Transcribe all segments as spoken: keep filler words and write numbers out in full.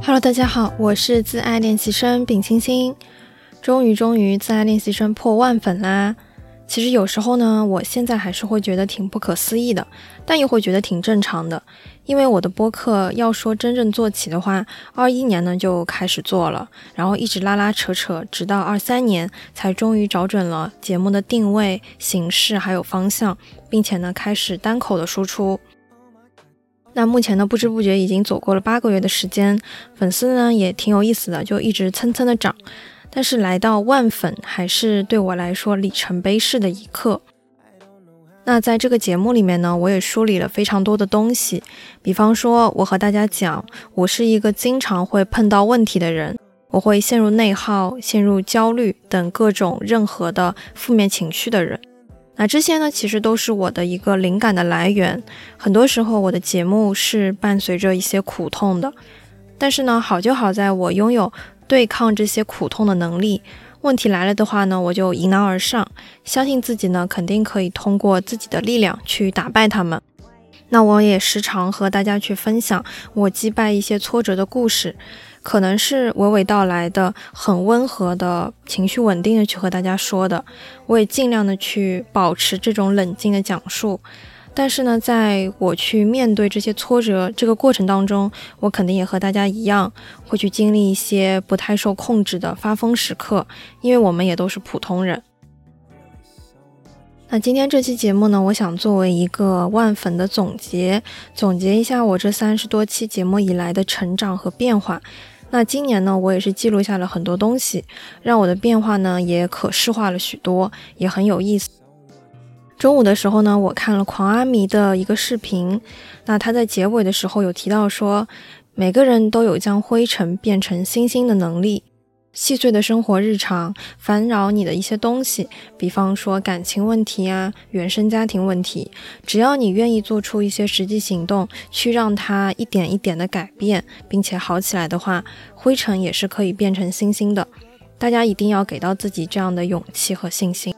Hello， 大家好，我是自爱练习生丙星星。终于终于自爱练习生破万粉啦！其实有时候呢，我现在还是会觉得挺不可思议的，但又会觉得挺正常的。因为我的播客要说真正做起的话，二一年呢就开始做了，然后一直拉拉扯扯，直到二三年才终于找准了节目的定位、形式还有方向，并且呢开始单口的输出。那目前呢，不知不觉已经走过了八个月的时间，粉丝呢也挺有意思的，就一直蹭蹭的涨。但是来到万粉还是对我来说里程碑式的一刻。那在这个节目里面呢，我也梳理了非常多的东西，比方说我和大家讲，我是一个经常会碰到问题的人，我会陷入内耗、陷入焦虑等各种任何的负面情绪的人。那这些呢，其实都是我的一个灵感的来源。很多时候我的节目是伴随着一些苦痛的，但是呢，好就好在我拥有对抗这些苦痛的能力。问题来了的话呢，我就迎难而上，相信自己呢，肯定可以通过自己的力量去打败他们。那我也时常和大家去分享我击败一些挫折的故事，可能是娓娓道来的，很温和的，情绪稳定的去和大家说的，我也尽量的去保持这种冷静的讲述。但是呢，在我去面对这些挫折这个过程当中，我肯定也和大家一样，会去经历一些不太受控制的发疯时刻，因为我们也都是普通人。那今天这期节目呢，我想作为一个万粉的总结，总结一下我这三十多期节目以来的成长和变化。那今年呢，我也是记录下了很多东西，让我的变化呢也可视化了许多，也很有意思。中午的时候呢，我看了狂阿弥的一个视频，那他在结尾的时候有提到说，每个人都有将灰尘变成星星的能力。细碎的生活日常烦扰你的一些东西，比方说感情问题啊、原生家庭问题，只要你愿意做出一些实际行动，去让它一点一点的改变，并且好起来的话，灰尘也是可以变成星星的。大家一定要给到自己这样的勇气和信心。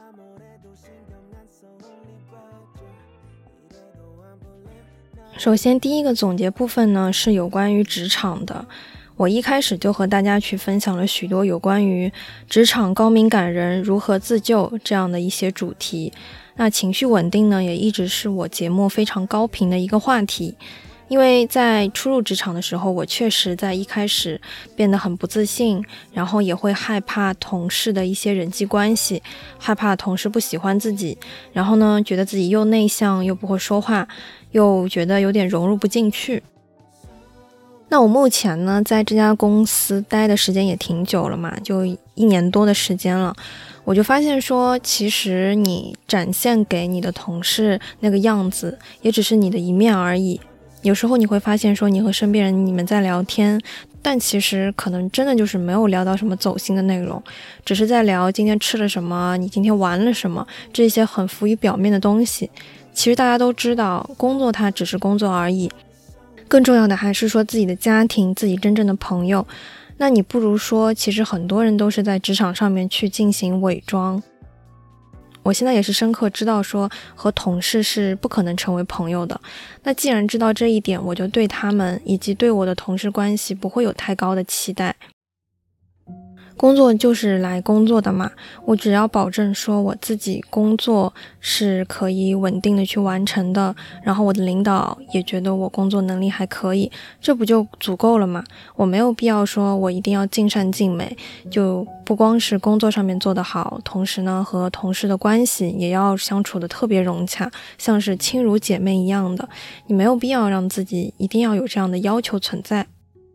首先第一个总结部分呢，是有关于职场的。我一开始就和大家去分享了许多有关于职场高敏感人如何自救这样的一些主题。那情绪稳定呢，也一直是我节目非常高频的一个话题。因为在初入职场的时候，我确实在一开始变得很不自信，然后也会害怕同事的一些人际关系，害怕同事不喜欢自己，然后呢，觉得自己又内向又不会说话，又觉得有点融入不进去。那我目前呢，在这家公司待的时间也挺久了嘛，就一年多的时间了。我就发现说，其实你展现给你的同事那个样子，也只是你的一面而已。有时候你会发现说，你和身边人你们在聊天，但其实可能真的就是没有聊到什么走心的内容，只是在聊今天吃了什么，你今天玩了什么，这些很浮于表面的东西。其实大家都知道，工作它只是工作而已，更重要的还是说自己的家庭，自己真正的朋友。那你不如说，其实很多人都是在职场上面去进行伪装。我现在也是深刻知道说，和同事是不可能成为朋友的。那既然知道这一点，我就对他们以及对我的同事关系不会有太高的期待。工作就是来工作的嘛，我只要保证说我自己工作是可以稳定的去完成的，然后我的领导也觉得我工作能力还可以，这不就足够了嘛？我没有必要说我一定要尽善尽美，就不光是工作上面做得好，同时呢和同事的关系也要相处的特别融洽，像是亲如姐妹一样的，你没有必要让自己一定要有这样的要求存在。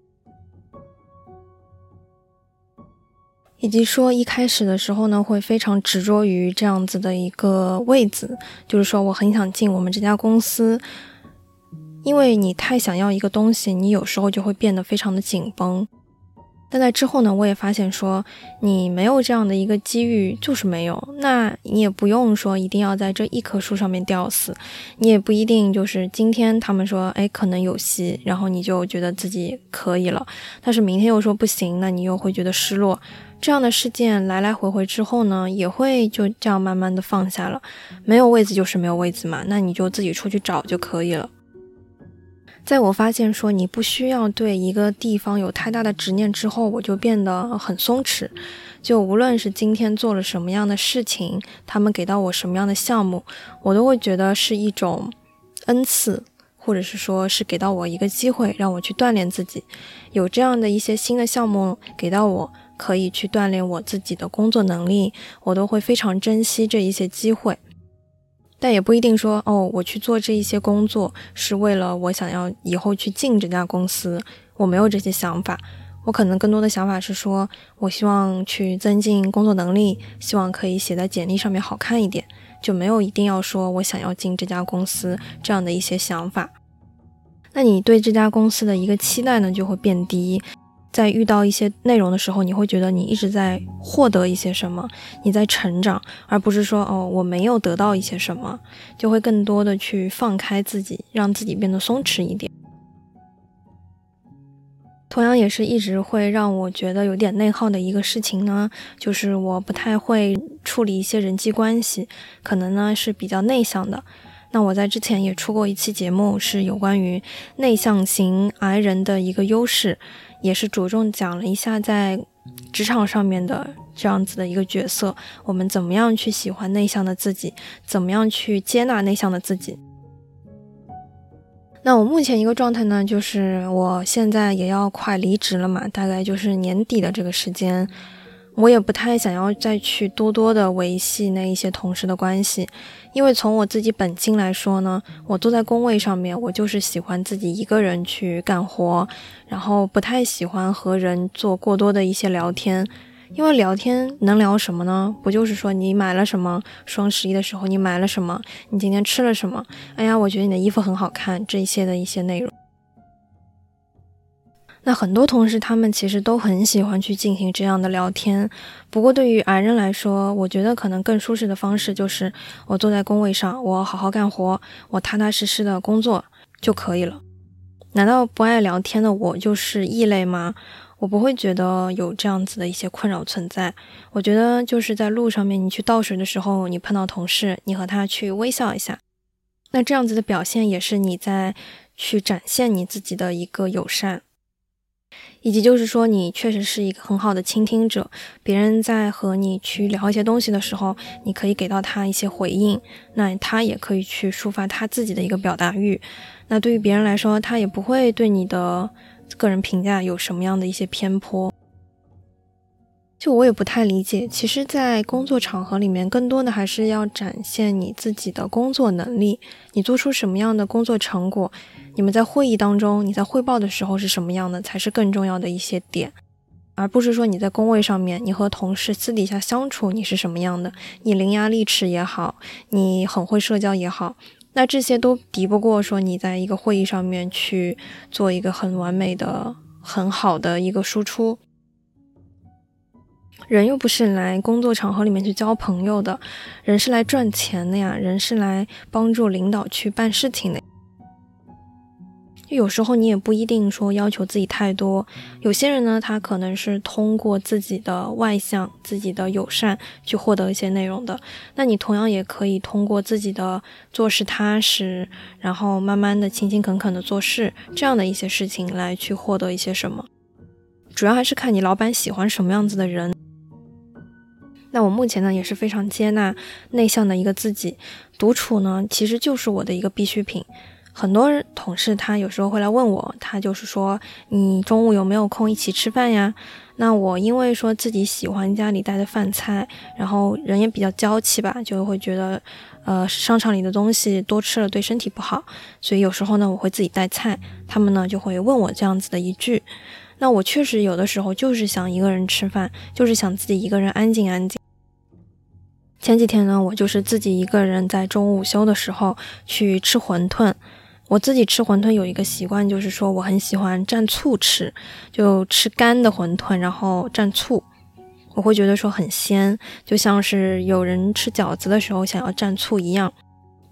以及说一开始的时候呢，会非常执着于这样子的一个位子，就是说我很想进我们这家公司，因为你太想要一个东西，你有时候就会变得非常的紧绷。但在之后呢，我也发现说，你没有这样的一个机遇就是没有，那你也不用说一定要在这一棵树上面吊死，你也不一定就是今天他们说哎可能有戏，然后你就觉得自己可以了，但是明天又说不行，那你又会觉得失落。这样的事件来来回回之后呢，也会就这样慢慢的放下了。没有位子就是没有位子嘛，那你就自己出去找就可以了。 在我发现说你不需要对一个地方有太大的执念之后，我就变得很松弛。就无论是今天做了什么样的事情，他们给到我什么样的项目，我都会觉得是一种恩赐，或者是说是给到我一个机会让我去锻炼自己。有这样的一些新的项目给到我，可以去锻炼我自己的工作能力，我都会非常珍惜这一些机会。但也不一定说哦，我去做这一些工作是为了我想要以后去进这家公司，我没有这些想法。我可能更多的想法是说，我希望去增进工作能力，希望可以写在简历上面好看一点，就没有一定要说我想要进这家公司这样的一些想法。那你对这家公司的一个期待呢就会变低，在遇到一些内容的时候，你会觉得你一直在获得一些什么，你在成长，而不是说哦我没有得到一些什么，就会更多的去放开自己，让自己变得松弛一点。同样也是一直会让我觉得有点内耗的一个事情呢，就是我不太会处理一些人际关系，可能呢是比较内向的。那我在之前也出过一期节目，是有关于内向型 I 人的一个优势，也是着重讲了一下在职场上面的这样子的一个角色，我们怎么样去喜欢内向的自己，怎么样去接纳内向的自己。那我目前一个状态呢，就是我现在也要快离职了嘛，大概就是年底的这个时间，我也不太想要再去多多的维系那一些同事的关系，因为从我自己本性来说呢，我坐在工位上面，我就是喜欢自己一个人去干活，然后不太喜欢和人做过多的一些聊天。因为聊天能聊什么呢？不就是说你买了什么，双十一的时候你买了什么，你今天吃了什么，哎呀我觉得你的衣服很好看，这些的一些内容。那很多同事他们其实都很喜欢去进行这样的聊天，不过对于 I 人来说，我觉得可能更舒适的方式就是我坐在工位上，我好好干活，我踏踏实实的工作就可以了。难道不爱聊天的我就是异类吗？我不会觉得有这样子的一些困扰存在。我觉得就是在路上面你去倒水的时候，你碰到同事，你和他去微笑一下，那这样子的表现也是你在去展现你自己的一个友善，以及就是说你确实是一个很好的倾听者，别人在和你去聊一些东西的时候，你可以给到他一些回应，那他也可以去抒发他自己的一个表达欲。那对于别人来说，他也不会对你的个人评价有什么样的一些偏颇。就我也不太理解，其实在工作场合里面更多的还是要展现你自己的工作能力，你做出什么样的工作成果，你们在会议当中你在汇报的时候是什么样的才是更重要的一些点，而不是说你在工位上面你和同事私底下相处你是什么样的，你伶牙俐齿也好，你很会社交也好，那这些都敌不过说你在一个会议上面去做一个很完美的很好的一个输出。人又不是来工作场合里面去交朋友的，人是来赚钱的呀，人是来帮助领导去办事情的。有时候你也不一定说要求自己太多，有些人呢他可能是通过自己的外向，自己的友善去获得一些内容的，那你同样也可以通过自己的做事踏实，然后慢慢的勤勤恳恳的做事，这样的一些事情来去获得一些什么，主要还是看你老板喜欢什么样子的人。那我目前呢也是非常接纳内向的一个自己，独处呢其实就是我的一个必需品。很多同事他有时候会来问我，他就是说你中午有没有空一起吃饭呀？那我因为说自己喜欢家里带的饭菜，然后人也比较娇气吧，就会觉得呃商场里的东西多吃了对身体不好，所以有时候呢我会自己带菜，他们呢就会问我这样子的一句。那我确实有的时候就是想一个人吃饭，就是想自己一个人安静安静。前几天呢我就是自己一个人在中午午休的时候去吃馄饨。我自己吃馄饨有一个习惯，就是说我很喜欢蘸醋吃，就吃干的馄饨然后蘸醋，我会觉得说很鲜，就像是有人吃饺子的时候想要蘸醋一样。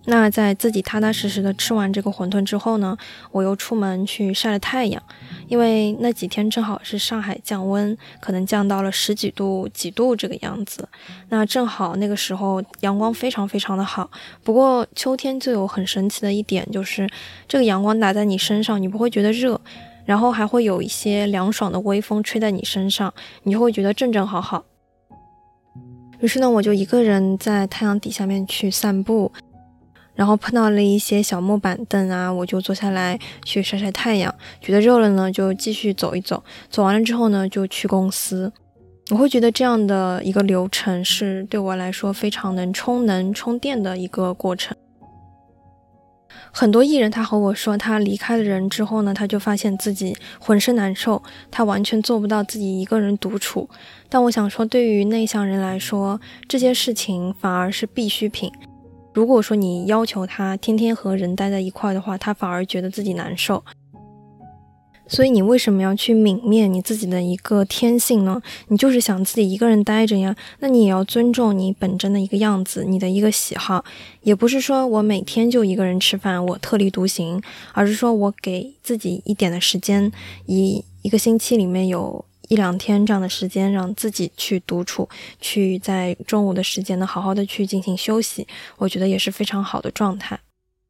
那在自己踏踏实实的吃完这个馄饨之后呢，我又出门去晒了太阳，因为那几天正好是上海降温，可能降到了十几度几度这个样子，那正好那个时候阳光非常非常的好。不过秋天就有很神奇的一点，就是这个阳光打在你身上，你不会觉得热，然后还会有一些凉爽的微风吹在你身上，你就会觉得正正好好。于是呢，我就一个人在太阳底下面去散步，然后碰到了一些小木板凳啊，我就坐下来去晒晒太阳，觉得热了呢就继续走一走，走完了之后呢就去公司。我会觉得这样的一个流程是对我来说非常能充能充电的一个过程。很多艺人他和我说，他离开了人之后呢，他就发现自己浑身难受，他完全做不到自己一个人独处。但我想说，对于内向人来说，这些事情反而是必需品。如果说你要求他天天和人待在一块的话，他反而觉得自己难受。所以你为什么要去泯灭你自己的一个天性呢？你就是想自己一个人待着呀，那你也要尊重你本真的一个样子，你的一个喜好。也不是说我每天就一个人吃饭，我特立独行，而是说我给自己一点的时间，一一个星期里面有一两天这样的时间，让自己去独处，去在中午的时间呢好好的去进行休息，我觉得也是非常好的状态。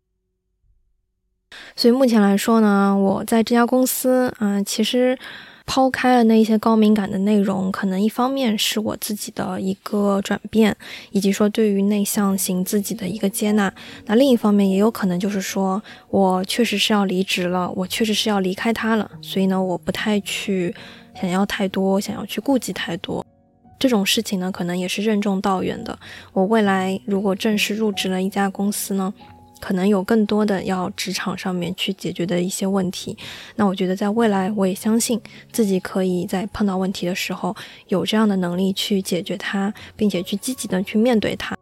所以目前来说呢，我在这家公司啊、呃，其实抛开了那一些高敏感的内容，可能一方面是我自己的一个转变，以及说对于内向型自己的一个接纳。那另一方面也有可能就是说我确实是要离职了，我确实是要离开他了，所以呢，我不太去想要太多，想要去顾及太多。这种事情呢，可能也是任重道远的。我未来如果正式入职了一家公司呢，可能有更多的要职场上面去解决的一些问题，那我觉得在未来我也相信自己可以在碰到问题的时候有这样的能力去解决它，并且去积极的去面对它。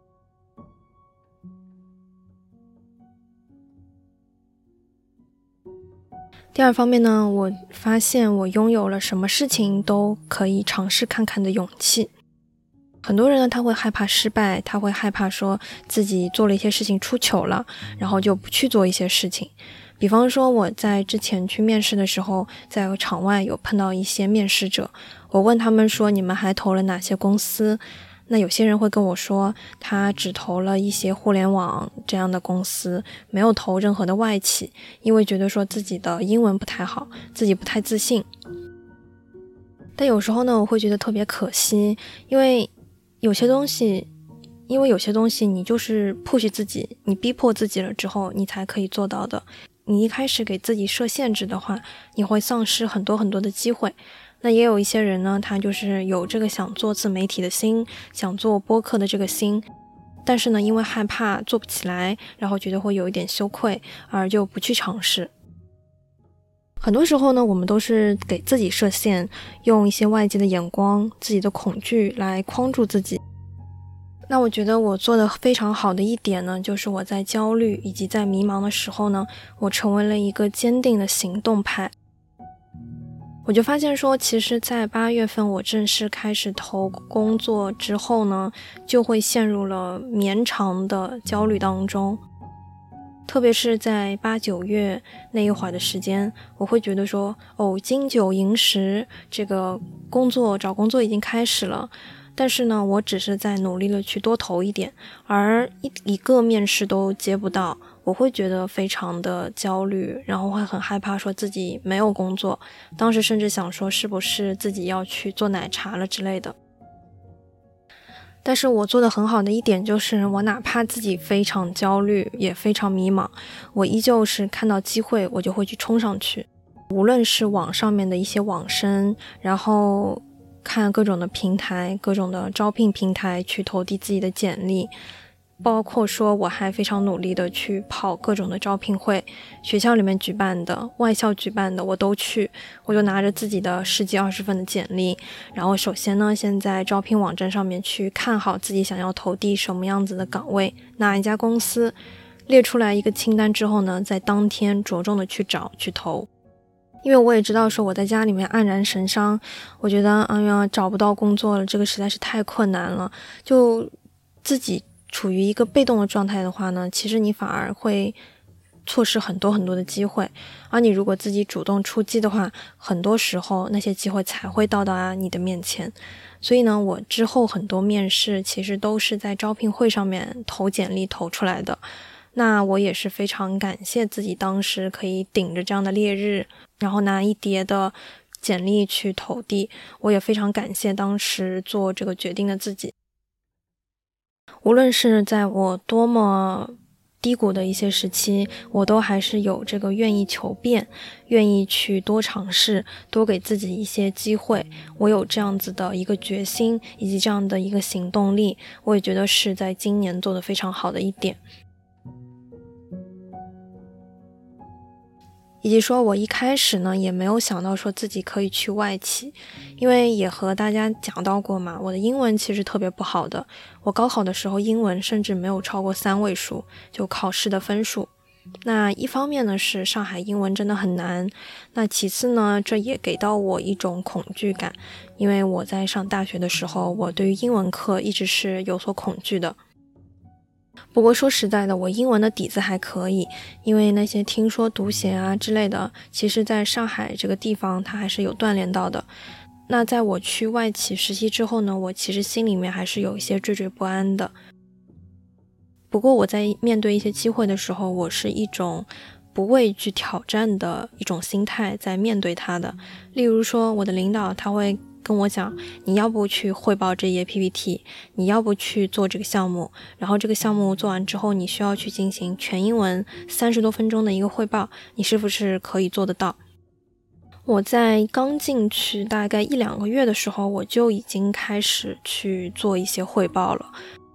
第二方面呢，我发现我拥有了什么事情都可以尝试看看的勇气。很多人呢，他会害怕失败，他会害怕说自己做了一些事情出糗了，然后就不去做一些事情。比方说我在之前去面试的时候，在场外有碰到一些面试者，我问他们说你们还投了哪些公司，那有些人会跟我说他只投了一些互联网这样的公司，没有投任何的外企，因为觉得说自己的英文不太好，自己不太自信。但有时候呢，我会觉得特别可惜，因为有些东西因为有些东西你就是 push 自己，你逼迫自己了之后你才可以做到的。你一开始给自己设限制的话，你会丧失很多很多的机会。那也有一些人呢，他就是有这个想做自媒体的心，想做播客的这个心，但是呢因为害怕做不起来，然后觉得会有一点羞愧，而就不去尝试。很多时候呢，我们都是给自己设限，用一些外界的眼光，自己的恐惧来框住自己。那我觉得我做的非常好的一点呢，就是我在焦虑以及在迷茫的时候呢，我成为了一个坚定的行动派。我就发现说，其实在八月份我正式开始投工作之后呢，就会陷入了绵长的焦虑当中。特别是在八九月那一会儿的时间，我会觉得说，哦，金九银十，这个工作找工作已经开始了，但是呢，我只是在努力的去多投一点，而一一个面试都接不到，我会觉得非常的焦虑，然后会很害怕说自己没有工作，当时甚至想说是不是自己要去做奶茶了之类的。但是我做的很好的一点就是，我哪怕自己非常焦虑，也非常迷茫，我依旧是看到机会，我就会去冲上去。无论是网上面的一些网申，然后看各种的平台，各种的招聘平台去投递自己的简历，包括说我还非常努力的去跑各种的招聘会，学校里面举办的，外校举办的我都去，我就拿着自己的十几二十份的简历，然后首先呢，先在招聘网站上面去看好自己想要投递什么样子的岗位，哪一家公司，列出来一个清单之后呢，在当天着重的去找去投。因为我也知道说我在家里面黯然神伤，我觉得哎呀找不到工作了，这个实在是太困难了，就自己处于一个被动的状态的话呢，其实你反而会错失很多很多的机会，而你如果自己主动出击的话，很多时候那些机会才会到达你的面前。所以呢，我之后很多面试其实都是在招聘会上面投简历投出来的。那我也是非常感谢自己当时可以顶着这样的烈日，然后拿一叠的简历去投递。我也非常感谢当时做这个决定的自己。无论是在我多么低谷的一些时期，我都还是有这个愿意求变，愿意去多尝试，多给自己一些机会。我有这样子的一个决心，以及这样的一个行动力，我也觉得是在今年做得非常好的一点。以及说我一开始呢也没有想到说自己可以去外企，因为也和大家讲到过嘛，我的英文其实特别不好的，我高考的时候英文甚至没有超过三位数，就考试的分数。那一方面呢是上海英文真的很难，那其次呢这也给到我一种恐惧感，因为我在上大学的时候，我对于英文课一直是有所恐惧的。不过说实在的，我英文的底子还可以，因为那些听说读写啊之类的，其实在上海这个地方它还是有锻炼到的。那在我去外企实习之后呢，我其实心里面还是有一些惴惴不安的。不过我在面对一些机会的时候，我是一种不畏惧挑战的一种心态在面对它的。例如说我的领导他会跟我讲，你要不去汇报这页 P P T， 你要不去做这个项目，然后这个项目做完之后你需要去进行全英文三十多分钟的一个汇报，你是不是可以做得到？我在刚进去大概一两个月的时候，我就已经开始去做一些汇报了。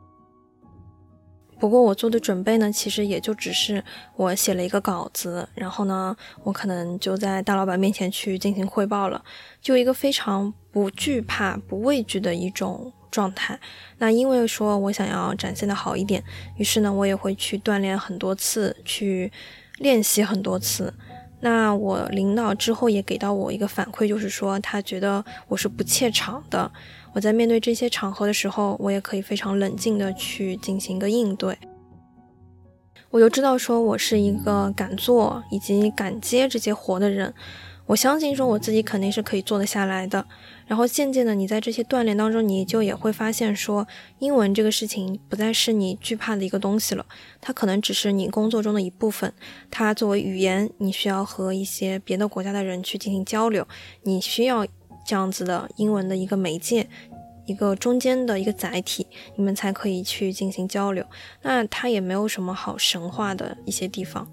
不过我做的准备呢，其实也就只是我写了一个稿子，然后呢，我可能就在大老板面前去进行汇报了，就一个非常不惧怕、不畏惧的一种状态。那因为说我想要展现的好一点，于是呢，我也会去锻炼很多次，去练习很多次。那我领导之后也给到我一个反馈，就是说他觉得我是不怯场的，我在面对这些场合的时候，我也可以非常冷静的去进行一个应对。我就知道说我是一个敢做以及敢接这些活的人，我相信说我自己肯定是可以做得下来的。然后渐渐的你在这些锻炼当中，你就也会发现说英文这个事情不再是你惧怕的一个东西了，它可能只是你工作中的一部分。它作为语言，你需要和一些别的国家的人去进行交流，你需要这样子的英文的一个媒介，一个中间的一个载体，你们才可以去进行交流。那它也没有什么好神话的一些地方。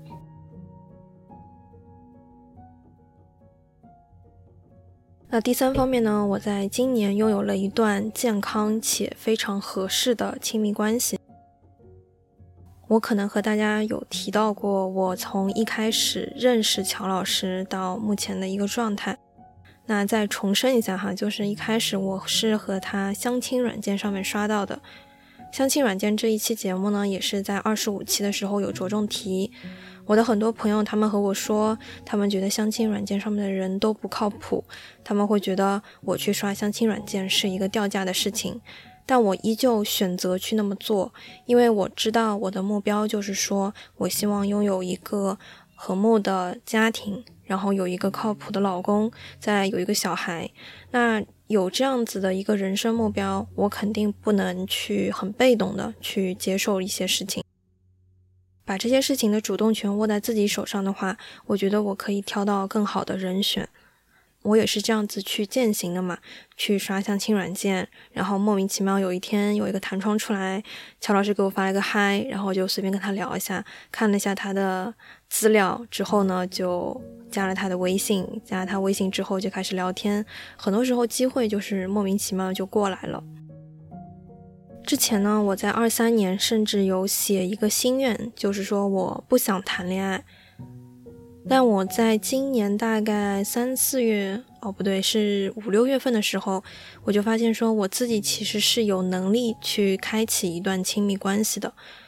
那第三方面呢，我在今年拥有了一段健康且非常合适的亲密关系。我可能和大家有提到过，我从一开始认识乔老师到目前的一个状态。那再重申一下哈，就是一开始我是和他相亲软件上面刷到的。相亲软件这一期节目呢，也是在二十五期的时候有着重提。我的很多朋友他们和我说，他们觉得相亲软件上面的人都不靠谱，他们会觉得我去刷相亲软件是一个掉价的事情，但我依旧选择去那么做，因为我知道我的目标就是说，我希望拥有一个和睦的家庭，然后有一个靠谱的老公，再有一个小孩。那有这样子的一个人生目标，我肯定不能去很被动的去接受一些事情。把这些事情的主动权握在自己手上的话，我觉得我可以挑到更好的人选。我也是这样子去践行的嘛，去刷相亲软件，然后莫名其妙有一天有一个弹窗出来，乔老师给我发了个嗨，然后就随便跟他聊一下，看了一下他的资料之后呢，就加了他的微信，加了他微信之后就开始聊天，很多时候机会就是莫名其妙就过来了。之前呢，我在二三年甚至有写一个心愿，就是说我不想谈恋爱。但我在今年大概三四月，哦不对，是五六月份的时候，我就发现说我自己其实是有能力去开启一段亲密关系的。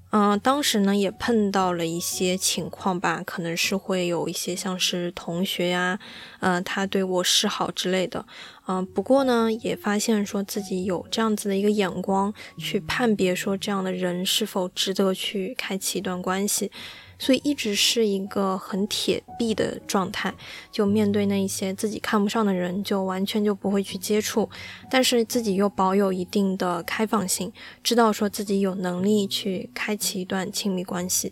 嗯、呃，当时呢也碰到了一些情况吧，可能是会有一些像是同学呀，呃，他对我示好之类的，嗯、呃，不过呢也发现说自己有这样子的一个眼光去判别说这样的人是否值得去开启一段关系。所以一直是一个很铁壁的状态，就面对那一些自己看不上的人就完全就不会去接触，但是自己又保有一定的开放性，知道说自己有能力去开启一段亲密关系。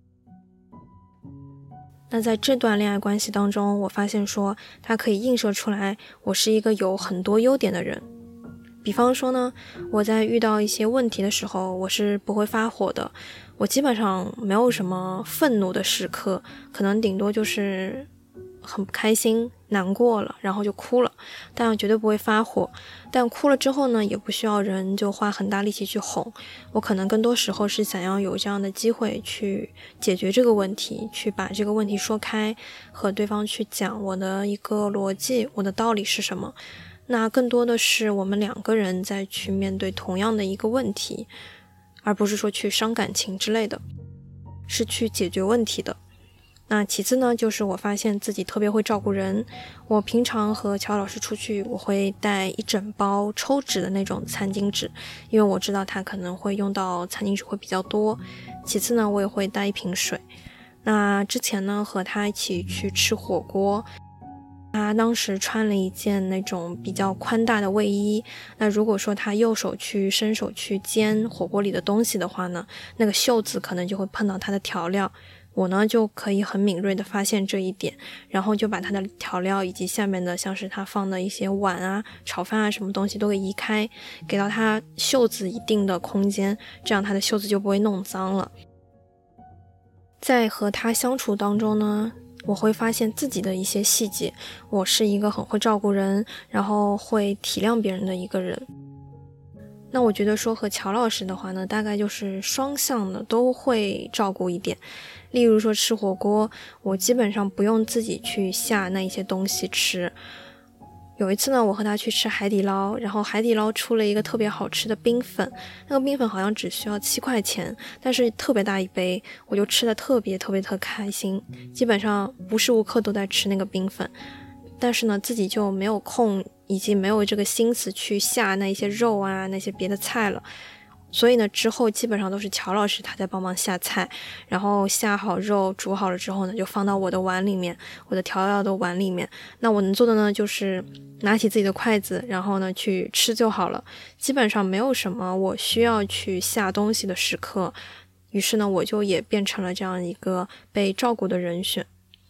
那在这段恋爱关系当中，我发现说它可以映射出来我是一个有很多优点的人。比方说呢，我在遇到一些问题的时候，我是不会发火的，我基本上没有什么愤怒的时刻，可能顶多就是很不开心难过了，然后就哭了，但我绝对不会发火。但哭了之后呢，也不需要人就花很大力气去哄，我可能更多时候是想要有这样的机会去解决这个问题，去把这个问题说开，和对方去讲我的一个逻辑，我的道理是什么。那更多的是我们两个人在去面对同样的一个问题，而不是说去伤感情之类的，是去解决问题的。那其次呢，就是我发现自己特别会照顾人。我平常和乔老师出去，我会带一整包抽纸的那种餐巾纸，因为我知道他可能会用到餐巾纸会比较多。其次呢，我也会带一瓶水。那之前呢，和他一起去吃火锅，他当时穿了一件那种比较宽大的卫衣，那如果说他右手去伸手去煎火锅里的东西的话呢，那个袖子可能就会碰到他的调料，我呢就可以很敏锐的发现这一点，然后就把他的调料以及下面的像是他放的一些碗啊、炒饭啊什么东西都给移开，给到他袖子一定的空间，这样他的袖子就不会弄脏了。在和他相处当中呢，我会发现自己的一些细节，我是一个很会照顾人，然后会体谅别人的一个人。那我觉得说和乔老师的话呢，大概就是双向的都会照顾一点。例如说吃火锅，我基本上不用自己去下那一些东西吃。有一次呢，我和他去吃海底捞，然后海底捞出了一个特别好吃的冰粉，那个冰粉好像只需要七块钱，但是特别大一杯，我就吃的特别特别特开心，基本上无时无刻都在吃那个冰粉。但是呢，自己就没有空，以及没有这个心思去下那些肉啊，那些别的菜了。所以呢，之后基本上都是乔老师他在帮忙下菜，然后下好肉煮好了之后呢，就放到我的碗里面，我的调料的碗里面。那我能做的呢，就是拿起自己的筷子，然后呢去吃就好了，基本上没有什么我需要去下东西的时刻。于是呢，我就也变成了这样一个被照顾的人选。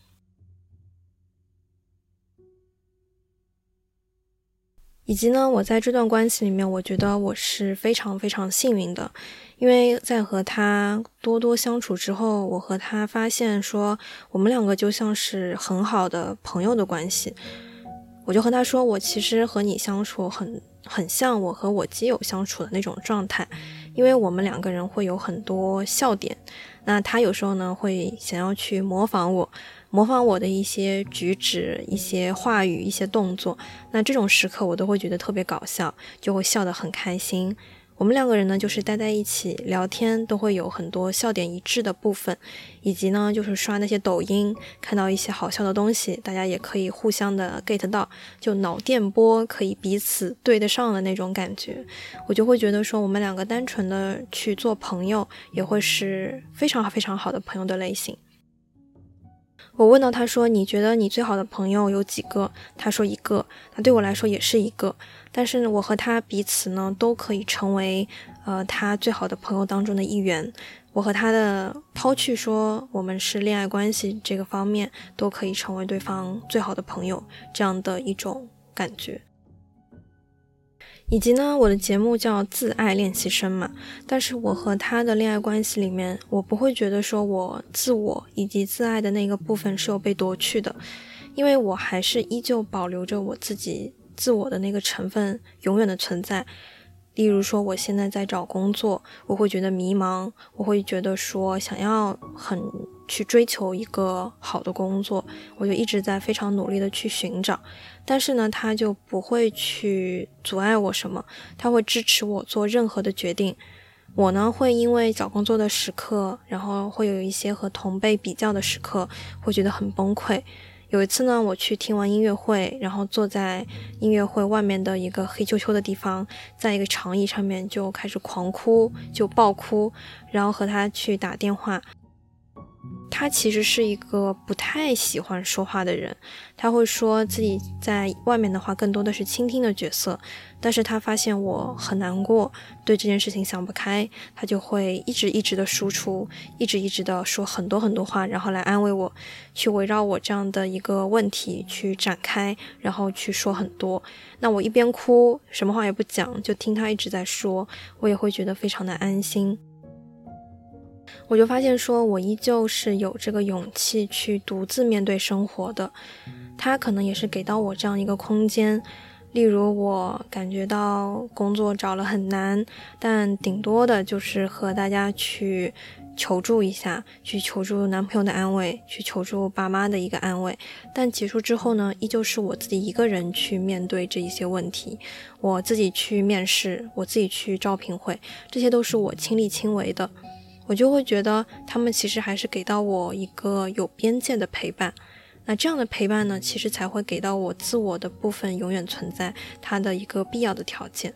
以及呢，我在这段关系里面，我觉得我是非常非常幸运的，因为在和他多多相处之后，我和他发现说，我们两个就像是很好的朋友的关系。我就和他说，我其实和你相处很很像我和我基友相处的那种状态，因为我们两个人会有很多笑点，那他有时候呢会想要去模仿我，模仿我的一些举止、一些话语、一些动作，那这种时刻我都会觉得特别搞笑，就会笑得很开心。我们两个人呢，就是待在一起聊天，都会有很多笑点一致的部分，以及呢，就是刷那些抖音，看到一些好笑的东西，大家也可以互相的 get 到，就脑电波可以彼此对得上的那种感觉。我就会觉得说，我们两个单纯的去做朋友，也会是非常非常好的朋友的类型。我问到他说，你觉得你最好的朋友有几个？他说一个，那对我来说也是一个，但是我和他彼此呢都可以成为呃他最好的朋友当中的一员。我和他的抛去说我们是恋爱关系这个方面，都可以成为对方最好的朋友，这样的一种感觉。以及呢，我的节目叫自爱练习生嘛，但是我和他的恋爱关系里面，我不会觉得说我自我以及自爱的那个部分是有被夺去的，因为我还是依旧保留着我自己自我的那个成分永远的存在。例如说我现在在找工作，我会觉得迷茫，我会觉得说想要很去追求一个好的工作，我就一直在非常努力的去寻找，但是呢他就不会去阻碍我什么，他会支持我做任何的决定。 我呢会因为找工作的时刻，然后会有一些和同辈比较的时刻，会觉得很崩溃。有一次呢，我去听完音乐会，然后坐在音乐会外面的一个黑黢黢的地方，在一个长椅上面就开始狂哭，就爆哭，然后和他去打电话。他其实是一个不太喜欢说话的人，他会说自己在外面的话更多的是倾听的角色，但是他发现我很难过，对这件事情想不开，他就会一直一直的输出，一直一直的说很多很多话，然后来安慰我，去围绕我这样的一个问题去展开，然后去说很多。那我一边哭，什么话也不讲，就听他一直在说，我也会觉得非常的安心。我就发现说我依旧是有这个勇气去独自面对生活的，他可能也是给到我这样一个空间。例如我感觉到工作找了很难，但顶多的就是和大家去求助一下，去求助男朋友的安慰，去求助爸妈的一个安慰，但结束之后呢，依旧是我自己一个人去面对这一些问题，我自己去面试，我自己去招聘会，这些都是我亲力亲为的。我就会觉得他们其实还是给到我一个有边界的陪伴，那这样的陪伴呢，其实才会给到我自我的部分永远存在它的一个必要的条件。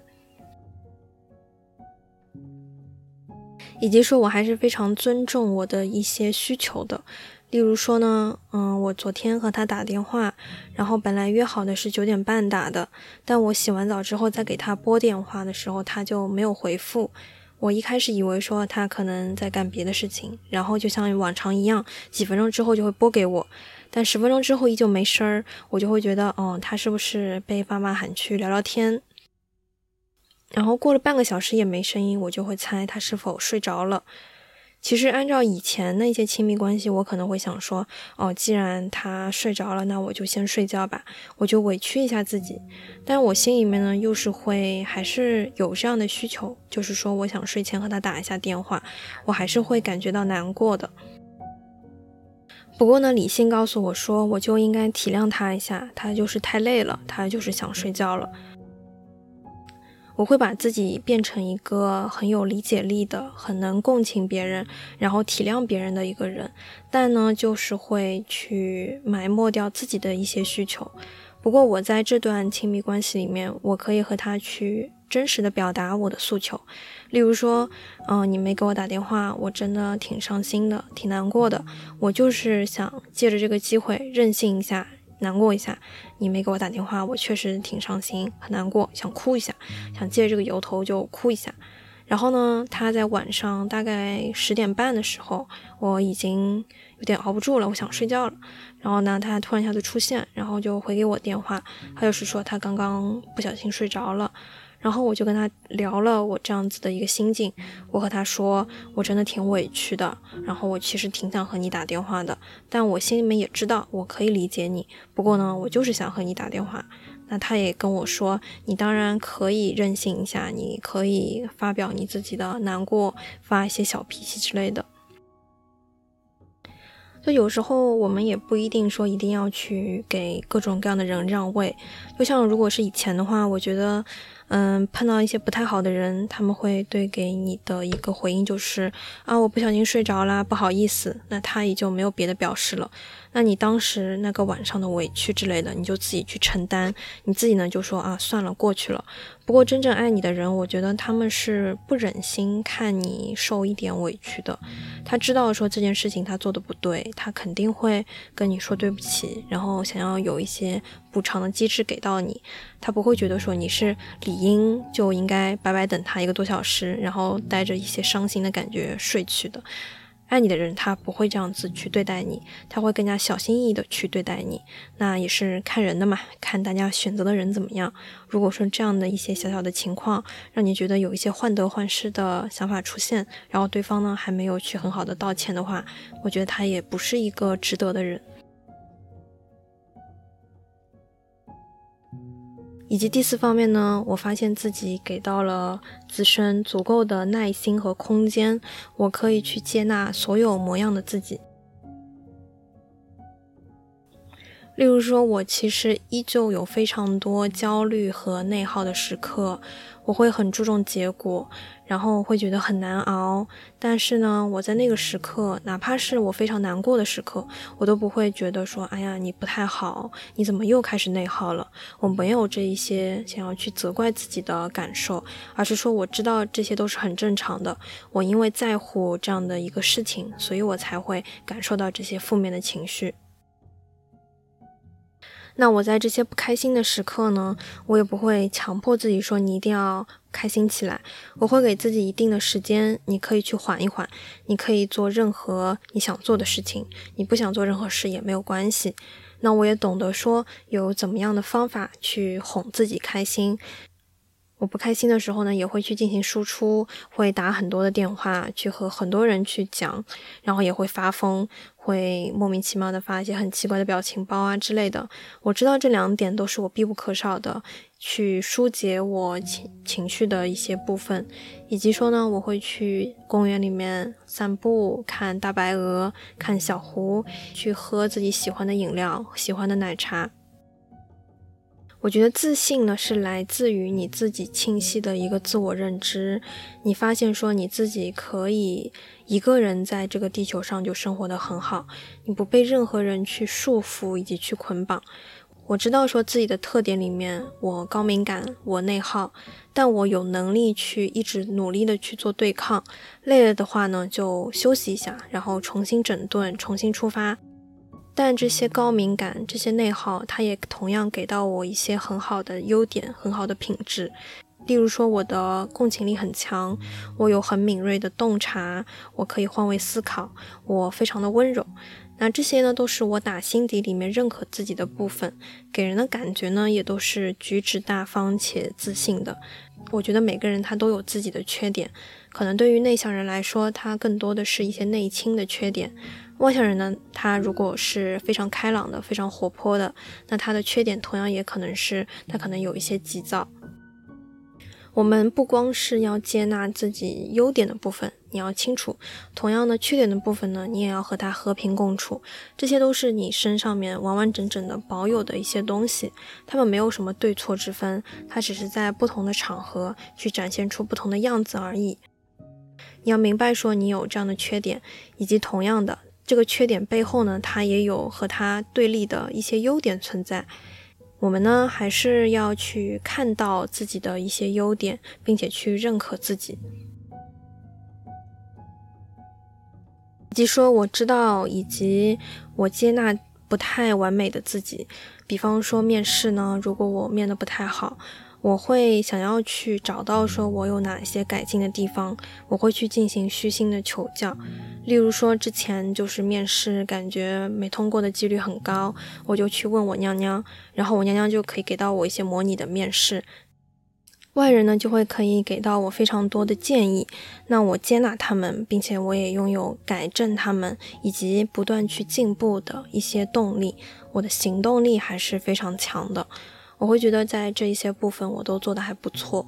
以及说我还是非常尊重我的一些需求的，例如说呢，嗯，我昨天和他打电话，然后本来约好的是九点半打的，但我洗完澡之后再给他拨电话的时候，他就没有回复。我一开始以为说他可能在干别的事情，然后就像往常一样，几分钟之后就会拨给我，但十分钟之后依旧没声儿，我就会觉得，哦，他是不是被爸妈喊去聊聊天？然后过了半个小时也没声音，我就会猜他是否睡着了。其实按照以前那些亲密关系，我可能会想说，哦，既然他睡着了，那我就先睡觉吧，我就委屈一下自己。但我心里面呢，又是会还是有这样的需求，就是说我想睡前和他打一下电话，我还是会感觉到难过的。不过呢，理性告诉我说，我就应该体谅他一下，他就是太累了，他就是想睡觉了。我会把自己变成一个很有理解力的，很能共情别人，然后体谅别人的一个人，但呢，就是会去埋没掉自己的一些需求。不过我在这段亲密关系里面，我可以和他去真实的表达我的诉求，例如说，嗯、呃，你没给我打电话，我真的挺伤心的，挺难过的，我就是想借着这个机会任性一下，难过一下，你没给我打电话，我确实挺伤心，很难过，想哭一下，想借这个由头就哭一下。然后呢，他在晚上大概十点半的时候，我已经有点熬不住了，我想睡觉了。然后呢，他突然一下子出现，然后就回给我电话，他就是说他刚刚不小心睡着了。然后我就跟他聊了我这样子的一个心境，我和他说我真的挺委屈的，然后我其实挺想和你打电话的，但我心里面也知道我可以理解你，不过呢我就是想和你打电话。那他也跟我说，你当然可以任性一下，你可以发表你自己的难过，发一些小脾气之类的。就有时候我们也不一定说一定要去给各种各样的人让位，就像如果是以前的话，我觉得嗯，碰到一些不太好的人，他们会对给你的一个回应就是啊，我不小心睡着啦，不好意思，那他也就没有别的表示了。那你当时那个晚上的委屈之类的，你就自己去承担，你自己呢就说啊，算了，过去了。不过真正爱你的人，我觉得他们是不忍心看你受一点委屈的，他知道说这件事情他做的不对，他肯定会跟你说对不起，然后想要有一些补偿的机制给到你，他不会觉得说你是理应就应该白白等他一个多小时，然后带着一些伤心的感觉睡去的。爱你的人他不会这样子去对待你，他会更加小心翼翼的去对待你，那也是看人的嘛，看大家选择的人怎么样。如果说这样的一些小小的情况让你觉得有一些患得患失的想法出现，然后对方呢还没有去很好的道歉的话，我觉得他也不是一个值得的人。以及第四方面呢，我发现自己给到了自身足够的耐心和空间，我可以去接纳所有模样的自己。 例如说，我其实依旧有非常多焦虑和内耗的时刻，我会很注重结果，然后会觉得很难熬。但是呢，我在那个时刻，哪怕是我非常难过的时刻，我都不会觉得说，哎呀，你不太好，你怎么又开始内耗了？我没有这一些想要去责怪自己的感受，而是说我知道这些都是很正常的。我因为在乎这样的一个事情，所以我才会感受到这些负面的情绪。那我在这些不开心的时刻呢，我也不会强迫自己说你一定要开心起来，我会给自己一定的时间，你可以去缓一缓，你可以做任何你想做的事情，你不想做任何事也没有关系。那我也懂得说有怎么样的方法去哄自己开心。我不开心的时候呢，也会去进行输出，会打很多的电话，去和很多人去讲，然后也会发疯，会莫名其妙的发一些很奇怪的表情包啊之类的。我知道这两点都是我必不可少的，去疏解我情情绪的一些部分，以及说呢，我会去公园里面散步，看大白鹅，看小湖，去喝自己喜欢的饮料，喜欢的奶茶。我觉得自信呢是来自于你自己清晰的一个自我认知，你发现说你自己可以一个人在这个地球上就生活得很好，你不被任何人去束缚以及去捆绑。我知道说自己的特点里面，我高敏感，我内耗，但我有能力去一直努力的去做对抗，累了的话呢就休息一下，然后重新整顿，重新出发。但这些高敏感，这些内耗，它也同样给到我一些很好的优点，很好的品质。例如说我的共情力很强，我有很敏锐的洞察，我可以换位思考，我非常的温柔。那这些呢都是我打心底里面认可自己的部分，给人的感觉呢也都是举止大方且自信的。我觉得每个人他都有自己的缺点，可能对于内向人来说，他更多的是一些内倾的缺点。外向人呢，他如果是非常开朗的，非常活泼的，那他的缺点同样也可能是他可能有一些急躁。我们不光是要接纳自己优点的部分，你要清楚，同样的缺点的部分呢，你也要和它和平共处。这些都是你身上面完完整整的保有的一些东西，它们没有什么对错之分，它只是在不同的场合去展现出不同的样子而已。你要明白说你有这样的缺点，以及同样的这个缺点背后呢，它也有和它对立的一些优点存在。我们呢，还是要去看到自己的一些优点，并且去认可自己。以及说我知道，以及我接纳不太完美的自己。比方说面试呢，如果我面得不太好，我会想要去找到说我有哪些改进的地方，我会去进行虚心的求教。例如说之前就是面试感觉没通过的几率很高，我就去问我娘娘，然后我娘娘就可以给到我一些模拟的面试。外人呢就会可以给到我非常多的建议，那我接纳他们，并且我也拥有改正他们以及不断去进步的一些动力，我的行动力还是非常强的。我会觉得在这一些部分我都做得还不错。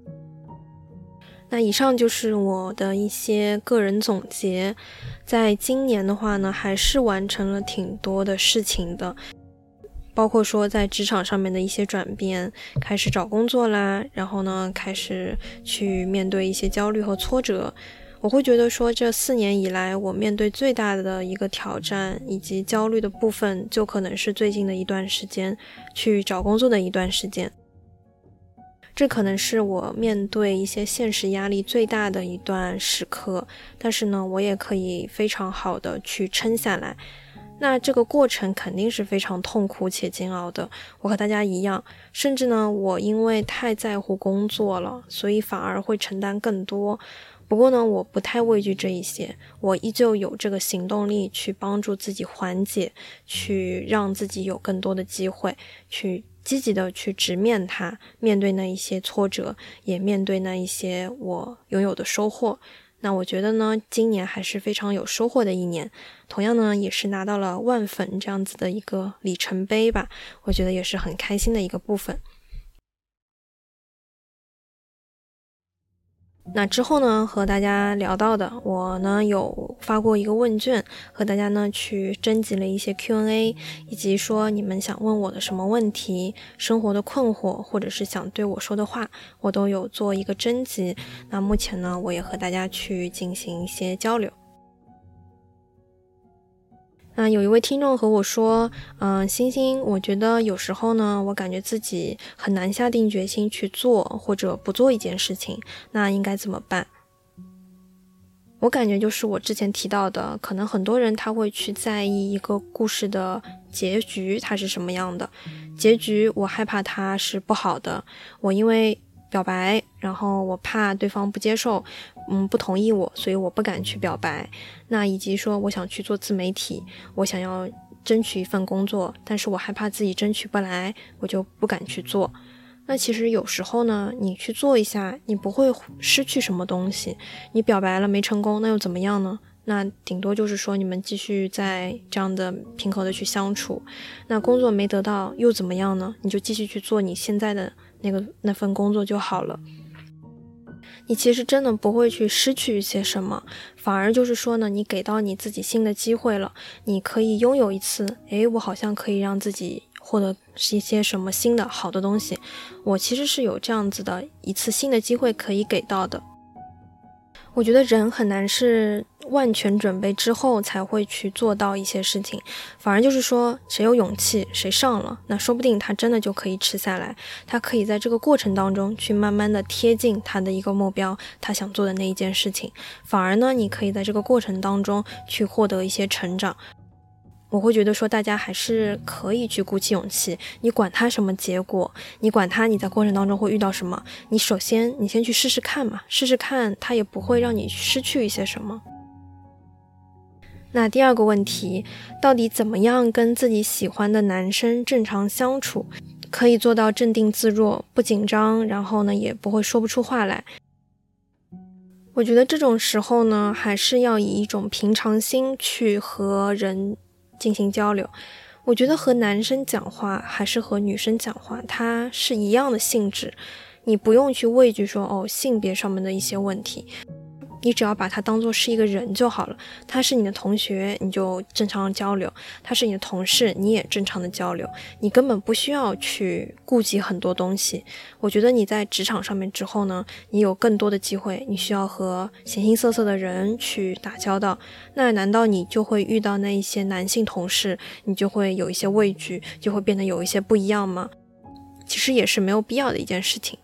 那以上就是我的一些个人总结，在今年的话呢，还是完成了挺多的事情的，包括说在职场上面的一些转变，开始找工作啦，然后呢，开始去面对一些焦虑和挫折。我会觉得说这四年以来，我面对最大的一个挑战以及焦虑的部分，就可能是最近的一段时间，去找工作的一段时间。这可能是我面对一些现实压力最大的一段时刻，但是呢，我也可以非常好的去撑下来。那这个过程肯定是非常痛苦且煎熬的，我和大家一样，甚至呢，我因为太在乎工作了，所以反而会承担更多。不过呢，我不太畏惧这一些，我依旧有这个行动力去帮助自己缓解，去让自己有更多的机会，去积极的去直面它，面对那一些挫折，也面对那一些我拥有的收获。那我觉得呢，今年还是非常有收获的一年，同样呢，也是拿到了万粉这样子的一个里程碑吧，我觉得也是很开心的一个部分。 那之后呢，和大家聊到的，我呢有发过一个问卷，和大家呢去征集了一些 Q and A， 以及说你们想问我的什么问题，生活的困惑，或者是想对我说的话，我都有做一个征集。那目前呢，我也和大家去进行一些交流。那有一位听众和我说，嗯、呃，星星，我觉得有时候呢，我感觉自己很难下定决心去做或者不做一件事情，那应该怎么办？我感觉就是我之前提到的，可能很多人他会去在意一个故事的结局，它是什么样的。结局我害怕它是不好的，我因为表白，然后我怕对方不接受，嗯，不同意我，所以我不敢去表白。那以及说我想去做自媒体，我想要争取一份工作，但是我害怕自己争取不来，我就不敢去做。那其实有时候呢，你去做一下，你不会失去什么东西。你表白了没成功，那又怎么样呢？那顶多就是说你们继续在这样的平和的去相处。那工作没得到又怎么样呢？你就继续去做你现在的那个那份工作就好了。你其实真的不会去失去一些什么，反而就是说呢，你给到你自己新的机会了，你可以拥有一次，诶，我好像可以让自己获得是一些什么新的好的东西，我其实是有这样子的一次新的机会可以给到的。我觉得人很难是万全准备之后才会去做到一些事情，反而就是说谁有勇气谁上了，那说不定他真的就可以吃下来，他可以在这个过程当中去慢慢的贴近他的一个目标，他想做的那一件事情，反而呢你可以在这个过程当中去获得一些成长。我会觉得说大家还是可以去鼓起勇气，你管他什么结果，你管他你在过程当中会遇到什么，你首先你先去试试看嘛，试试看他也不会让你失去一些什么。那第二个问题，到底怎么样跟自己喜欢的男生正常相处，可以做到镇定自若，不紧张，然后呢也不会说不出话来。我觉得这种时候呢，还是要以一种平常心去和人进行交流。我觉得和男生讲话还是和女生讲话，它是一样的性质，你不用去畏惧说哦性别上面的一些问题，你只要把他当作是一个人就好了。他是你的同学，你就正常交流；他是你的同事，你也正常的交流。你根本不需要去顾及很多东西。我觉得你在职场上面之后呢，你有更多的机会，你需要和形形色色的人去打交道。那难道你就会遇到那一些男性同事，你就会有一些畏惧，就会变得有一些不一样吗？其实也是没有必要的一件事情。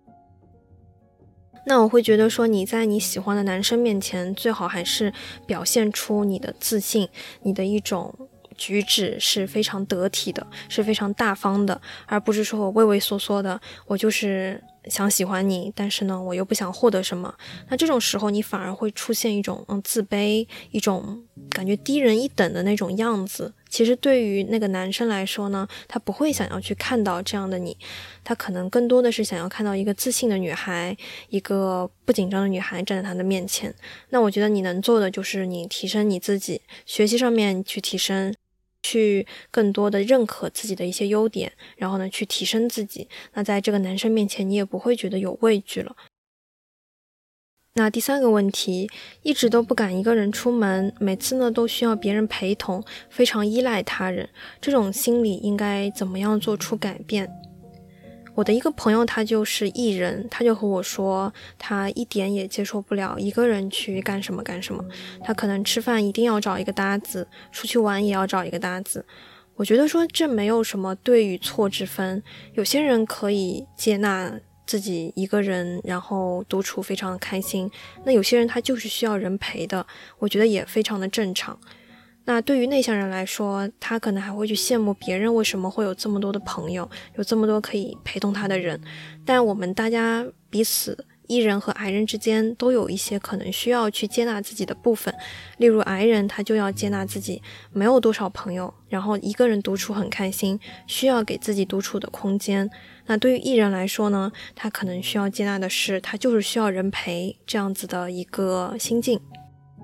那我会觉得说你在你喜欢的男生面前，最好还是表现出你的自信，你的一种举止是非常得体的，是非常大方的，而不是说我畏畏缩缩的，我就是想喜欢你，但是呢我又不想获得什么。那这种时候你反而会出现一种嗯自卑，一种感觉低人一等的那种样子。其实对于那个男生来说呢，他不会想要去看到这样的你，他可能更多的是想要看到一个自信的女孩，一个不紧张的女孩站在他的面前。那我觉得你能做的就是你提升你自己，学习上面去提升，去更多的认可自己的一些优点，然后呢去提升自己。那在这个男生面前你也不会觉得有畏惧了。那第三个问题，一直都不敢一个人出门，每次呢都需要别人陪同，非常依赖他人，这种心理应该怎么样做出改变？我的一个朋友他就是艺人，他就和我说他一点也接受不了一个人去干什么干什么，他可能吃饭一定要找一个搭子，出去玩也要找一个搭子。我觉得说这没有什么对与错之分，有些人可以接纳自己一个人然后独处非常的开心，那有些人他就是需要人陪的，我觉得也非常的正常。那对于内向人来说，他可能还会去羡慕别人为什么会有这么多的朋友，有这么多可以陪同他的人。但我们大家彼此E人和I人之间都有一些可能需要去接纳自己的部分，例如I人他就要接纳自己没有多少朋友，然后一个人独处很开心，需要给自己独处的空间。那对于E人来说呢，他可能需要接纳的是他就是需要人陪这样子的一个心境。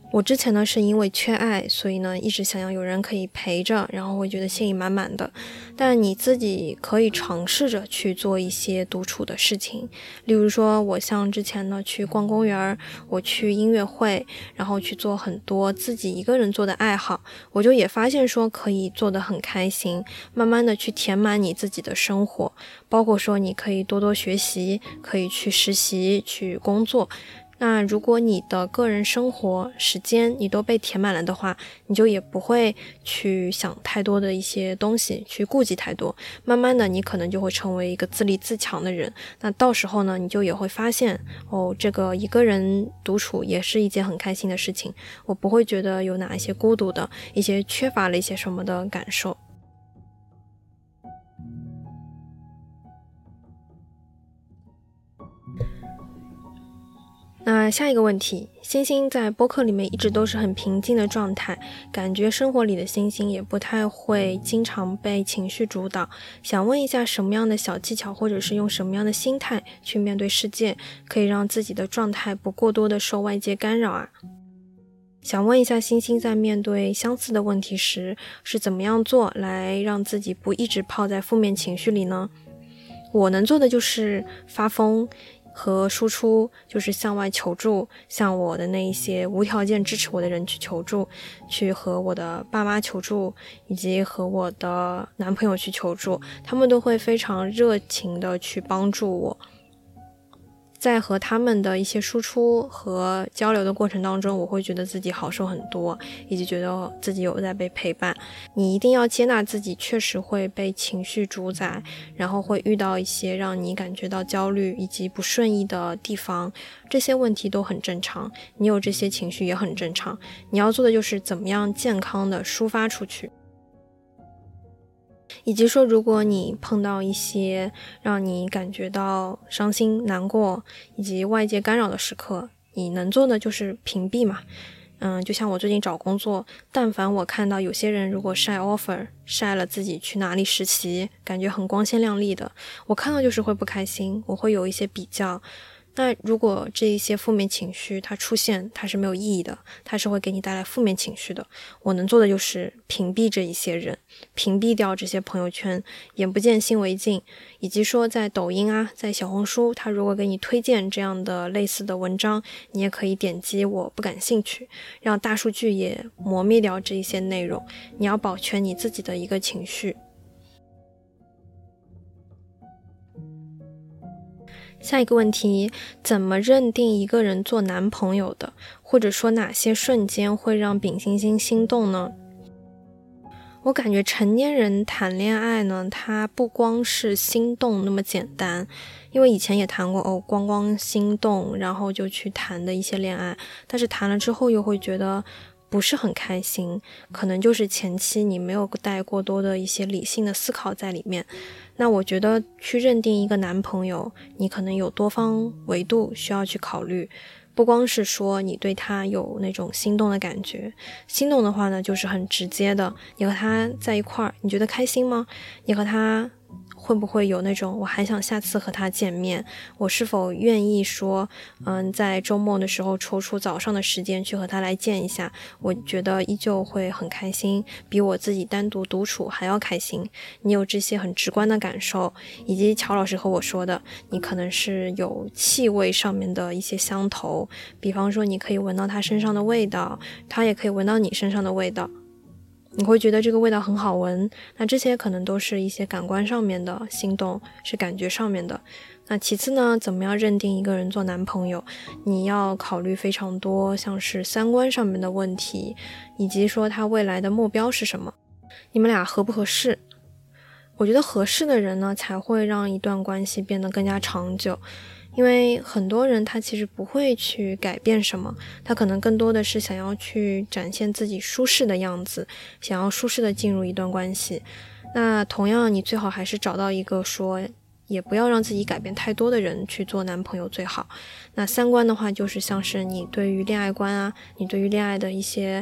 我之前呢是因为缺爱，所以呢一直想要有人可以陪着，然后会觉得心里满满的。但你自己可以尝试着去做一些独处的事情，例如说我像之前呢去逛公园，我去音乐会，然后去做很多自己一个人做的爱好，我就也发现说可以做得很开心，慢慢的去填满你自己的生活，包括说你可以多多学习，可以去实习，去工作。那如果你的个人生活时间你都被填满了的话，你就也不会去想太多的一些东西，去顾及太多，慢慢的你可能就会成为一个自立自强的人。那到时候呢，你就也会发现哦，这个一个人独处也是一件很开心的事情，我不会觉得有哪一些孤独的一些缺乏了一些什么的感受。那下一个问题，星星在播客里面一直都是很平静的状态，感觉生活里的星星也不太会经常被情绪主导，想问一下什么样的小技巧或者是用什么样的心态去面对世界，可以让自己的状态不过多的受外界干扰啊？想问一下星星在面对相似的问题时是怎么样做来让自己不一直泡在负面情绪里呢？我能做的就是发疯和输出，就是向外求助，向我的那一些无条件支持我的人去求助，去和我的爸妈求助，以及和我的男朋友去求助，他们都会非常热情的去帮助我。在和他们的一些输出和交流的过程当中，我会觉得自己好受很多，以及觉得自己有在被陪伴。你一定要接纳自己确实会被情绪主宰，然后会遇到一些让你感觉到焦虑以及不顺意的地方，这些问题都很正常，你有这些情绪也很正常。你要做的就是怎么样健康的抒发出去，以及说如果你碰到一些让你感觉到伤心难过以及外界干扰的时刻，你能做的就是屏蔽嘛。嗯，就像我最近找工作，但凡我看到有些人如果晒 offer 晒了自己去哪里实习，感觉很光鲜亮丽的，我看到就是会不开心，我会有一些比较。那如果这一些负面情绪它出现，它是没有意义的，它是会给你带来负面情绪的。我能做的就是屏蔽这一些人，屏蔽掉这些朋友圈，眼不见心为净，以及说在抖音啊，在小红书，它如果给你推荐这样的类似的文章，你也可以点击我不感兴趣，让大数据也磨灭掉这一些内容。你要保全你自己的一个情绪。下一个问题，怎么认定一个人做男朋友的，或者说哪些瞬间会让丙星星心动呢？我感觉成年人谈恋爱呢，它不光是心动那么简单，因为以前也谈过哦，光光心动然后就去谈的一些恋爱，但是谈了之后又会觉得不是很开心，可能就是前期你没有带过多的一些理性的思考在里面。那我觉得去认定一个男朋友，你可能有多方维度需要去考虑，不光是说你对他有那种心动的感觉，心动的话呢就是很直接的，你和他在一块儿，你觉得开心吗？你和他会不会有那种我还想下次和他见面，我是否愿意说嗯，在周末的时候抽出早上的时间去和他来见一下，我觉得依旧会很开心，比我自己单独独处还要开心。你有这些很直观的感受，以及乔老师和我说的，你可能是有气味上面的一些相投，比方说你可以闻到他身上的味道，他也可以闻到你身上的味道，你会觉得这个味道很好闻，那这些可能都是一些感官上面的心动，是感觉上面的。那其次呢，怎么样认定一个人做男朋友，你要考虑非常多，像是三观上面的问题，以及说他未来的目标是什么，你们俩合不合适。我觉得合适的人呢，才会让一段关系变得更加长久。因为很多人他其实不会去改变什么，他可能更多的是想要去展现自己舒适的样子，想要舒适的进入一段关系。那同样你最好还是找到一个说也不要让自己改变太多的人去做男朋友最好。那三观的话就是像是你对于恋爱观啊，你对于恋爱的一些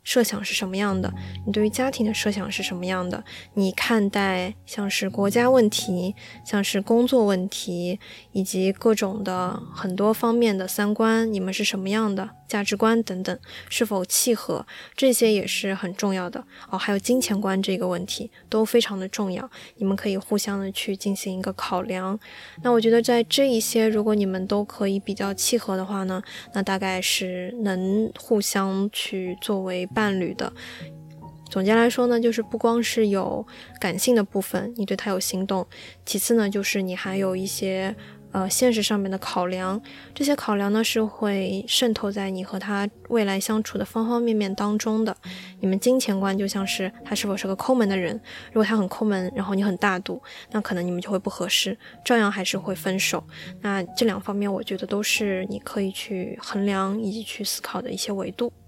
设想是什么样的，你对于家庭的设想是什么样的，你看待像是国家问题，像是工作问题，以及各种的很多方面的三观，你们是什么样的价值观等等，是否契合，这些也是很重要的哦。还有金钱观这个问题都非常的重要，你们可以互相的去进行一个考量。那我觉得在这一些如果你们都可以比较契合的话呢，那大概是能互相去作为伴侣的。总结来说呢，就是不光是有感性的部分，你对他有心动，其次呢，就是你还有一些呃现实上面的考量，这些考量呢是会渗透在你和他未来相处的方方面面当中的。你们金钱观就像是他是否是个抠门的人，如果他很抠门，然后你很大度，那可能你们就会不合适，照样还是会分手。那这两方面我觉得都是你可以去衡量以及去思考的一些维度。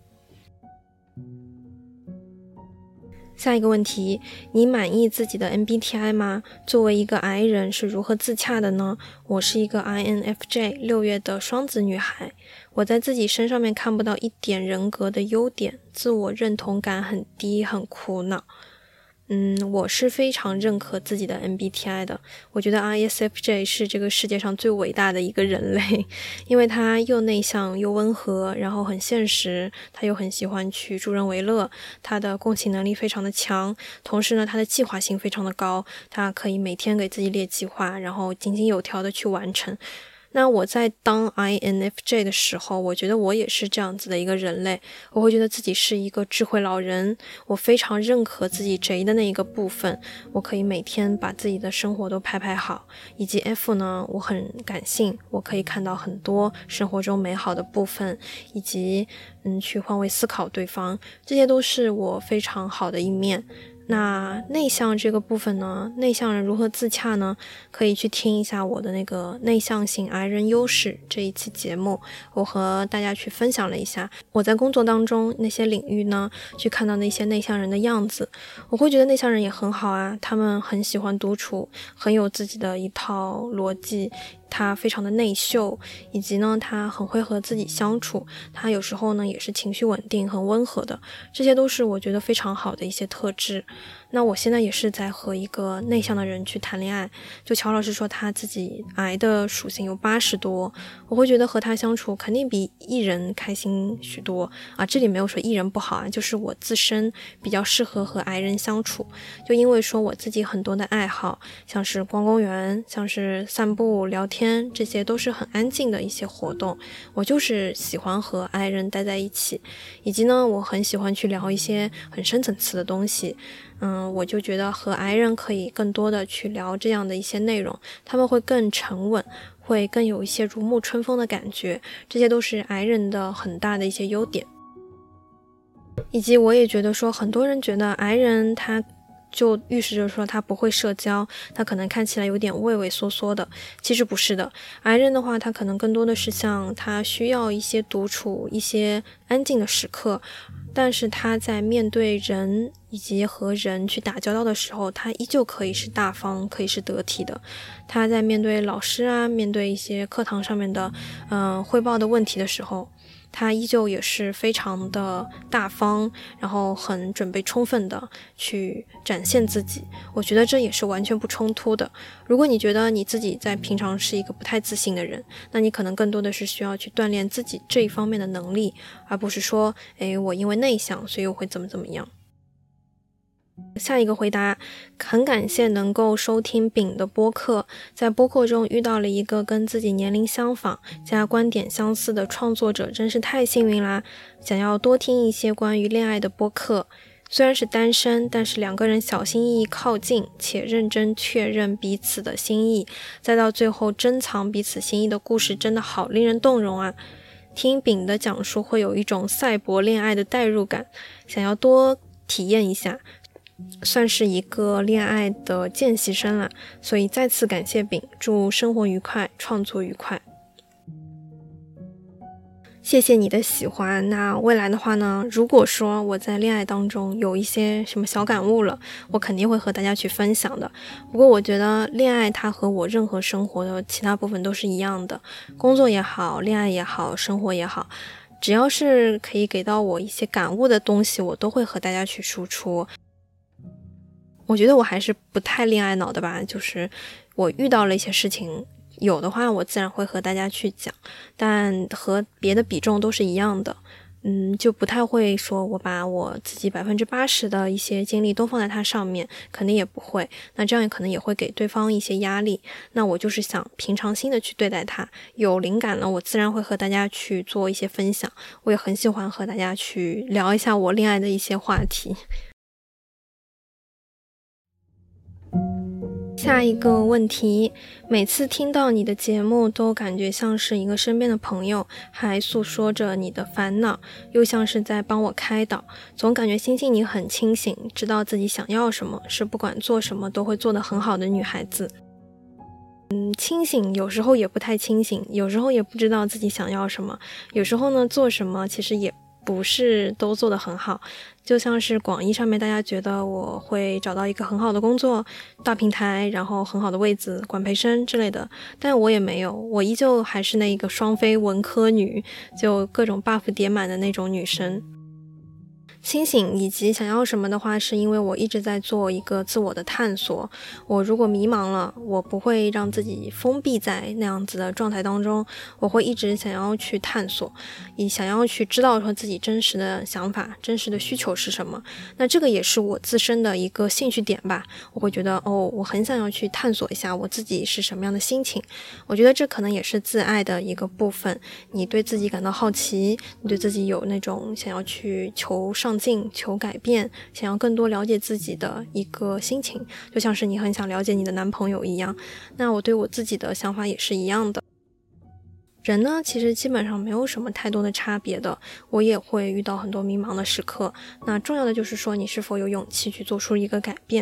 下一个问题，你满意自己的 M B T I 吗？作为一个 I 人是如何自洽的呢？我是一个 I N F J 六月的双子女孩，我在自己身上面看不到一点人格的优点，自我认同感很低，很苦恼。嗯，我是非常认可自己的 M B T I 的，我觉得 I S F J 是这个世界上最伟大的一个人类，因为他又内向又温和，然后很现实，他又很喜欢去助人为乐，他的共情能力非常的强，同时呢，他的计划性非常的高，他可以每天给自己列计划，然后井井有条的去完成。那我在当 I N F J 的时候，我觉得我也是这样子的一个人类，我会觉得自己是一个智慧老人，我非常认可自己 J 的那一个部分，我可以每天把自己的生活都排排好。以及 F 呢，我很感性，我可以看到很多生活中美好的部分，以及嗯去换位思考对方，这些都是我非常好的一面。那内向这个部分呢，内向人如何自洽呢？可以去听一下我的那个内向型 I 人优势这一期节目，我和大家去分享了一下我在工作当中那些领域呢，去看到那些内向人的样子。我会觉得内向人也很好啊，他们很喜欢独处，很有自己的一套逻辑，他非常的内秀，以及呢他很会和自己相处，他有时候呢也是情绪稳定很温和的，这些都是我觉得非常好的一些特质。那我现在也是在和一个内向的人去谈恋爱，就乔老师说他自己癌的属性有八十多，我会觉得和他相处肯定比 E 人开心许多啊。这里没有说 E 人不好啊，就是我自身比较适合和癌人相处，就因为说我自己很多的爱好，像是逛公园，像是散步聊天，这些都是很安静的一些活动，我就是喜欢和癌人待在一起，以及呢我很喜欢去聊一些很深层次的东西。嗯，我就觉得和癌人可以更多的去聊这样的一些内容，他们会更沉稳，会更有一些如沐春风的感觉，这些都是癌人的很大的一些优点。以及我也觉得说，很多人觉得癌人他就预示着说他不会社交，他可能看起来有点畏畏缩缩的，其实不是的。癌人的话，他可能更多的是像他需要一些独处，一些安静的时刻，但是他在面对人以及和人去打交道的时候，他依旧可以是大方，可以是得体的。他在面对老师啊，面对一些课堂上面的嗯、呃、汇报的问题的时候，他依旧也是非常的大方，然后很准备充分的去展现自己，我觉得这也是完全不冲突的。如果你觉得你自己在平常是一个不太自信的人，那你可能更多的是需要去锻炼自己这一方面的能力，而不是说诶我因为内向所以我会怎么怎么样。下一个回答，很感谢能够收听丙的播客，在播客中遇到了一个跟自己年龄相仿加观点相似的创作者，真是太幸运啦！想要多听一些关于恋爱的播客，虽然是单身，但是两个人小心翼翼靠近且认真确认彼此的心意，再到最后珍藏彼此心意的故事真的好令人动容啊！听丙的讲述会有一种赛博恋爱的代入感，想要多体验一下，算是一个恋爱的见习生了，所以再次感谢丙，祝生活愉快，创作愉快。谢谢你的喜欢。那未来的话呢，如果说我在恋爱当中有一些什么小感悟了，我肯定会和大家去分享的。不过我觉得恋爱它和我任何生活的其他部分都是一样的，工作也好，恋爱也好，生活也好， 只要是可以给到我一些感悟的东西，我都会和大家去输出。我觉得我还是不太恋爱脑的吧，就是我遇到了一些事情，有的话我自然会和大家去讲，但和别的比重都是一样的。嗯，就不太会说我把我自己百分之八十的一些精力都放在它上面，肯定也不会。那这样也可能也会给对方一些压力。那我就是想平常心的去对待它，有灵感了，我自然会和大家去做一些分享。我也很喜欢和大家去聊一下我恋爱的一些话题。下一个问题，每次听到你的节目都感觉像是一个身边的朋友，还诉说着你的烦恼，又像是在帮我开导，总感觉心性你很清醒，知道自己想要什么，是不管做什么都会做得很好的女孩子。嗯，清醒有时候也不太清醒，有时候也不知道自己想要什么，有时候呢做什么其实也不是都做得很好。就像是广义上面大家觉得我会找到一个很好的工作，大平台，然后很好的位子，管培生之类的，但我也没有，我依旧还是那一个双非文科女，就各种 buff 叠满的那种女生。清醒以及想要什么的话，是因为我一直在做一个自我的探索。我如果迷茫了，我不会让自己封闭在那样子的状态当中，我会一直想要去探索，也想要去知道说自己真实的想法，真实的需求是什么。那这个也是我自身的一个兴趣点吧，我会觉得哦，我很想要去探索一下我自己是什么样的心情。我觉得这可能也是自爱的一个部分，你对自己感到好奇，你对自己有那种想要去求上进求改变，想要更多了解自己的一个心情，就像是你很想了解你的男朋友一样。那我对我自己的想法也是一样的。人呢其实基本上没有什么太多的差别的，我也会遇到很多迷茫的时刻，那重要的就是说你是否有勇气去做出一个改变。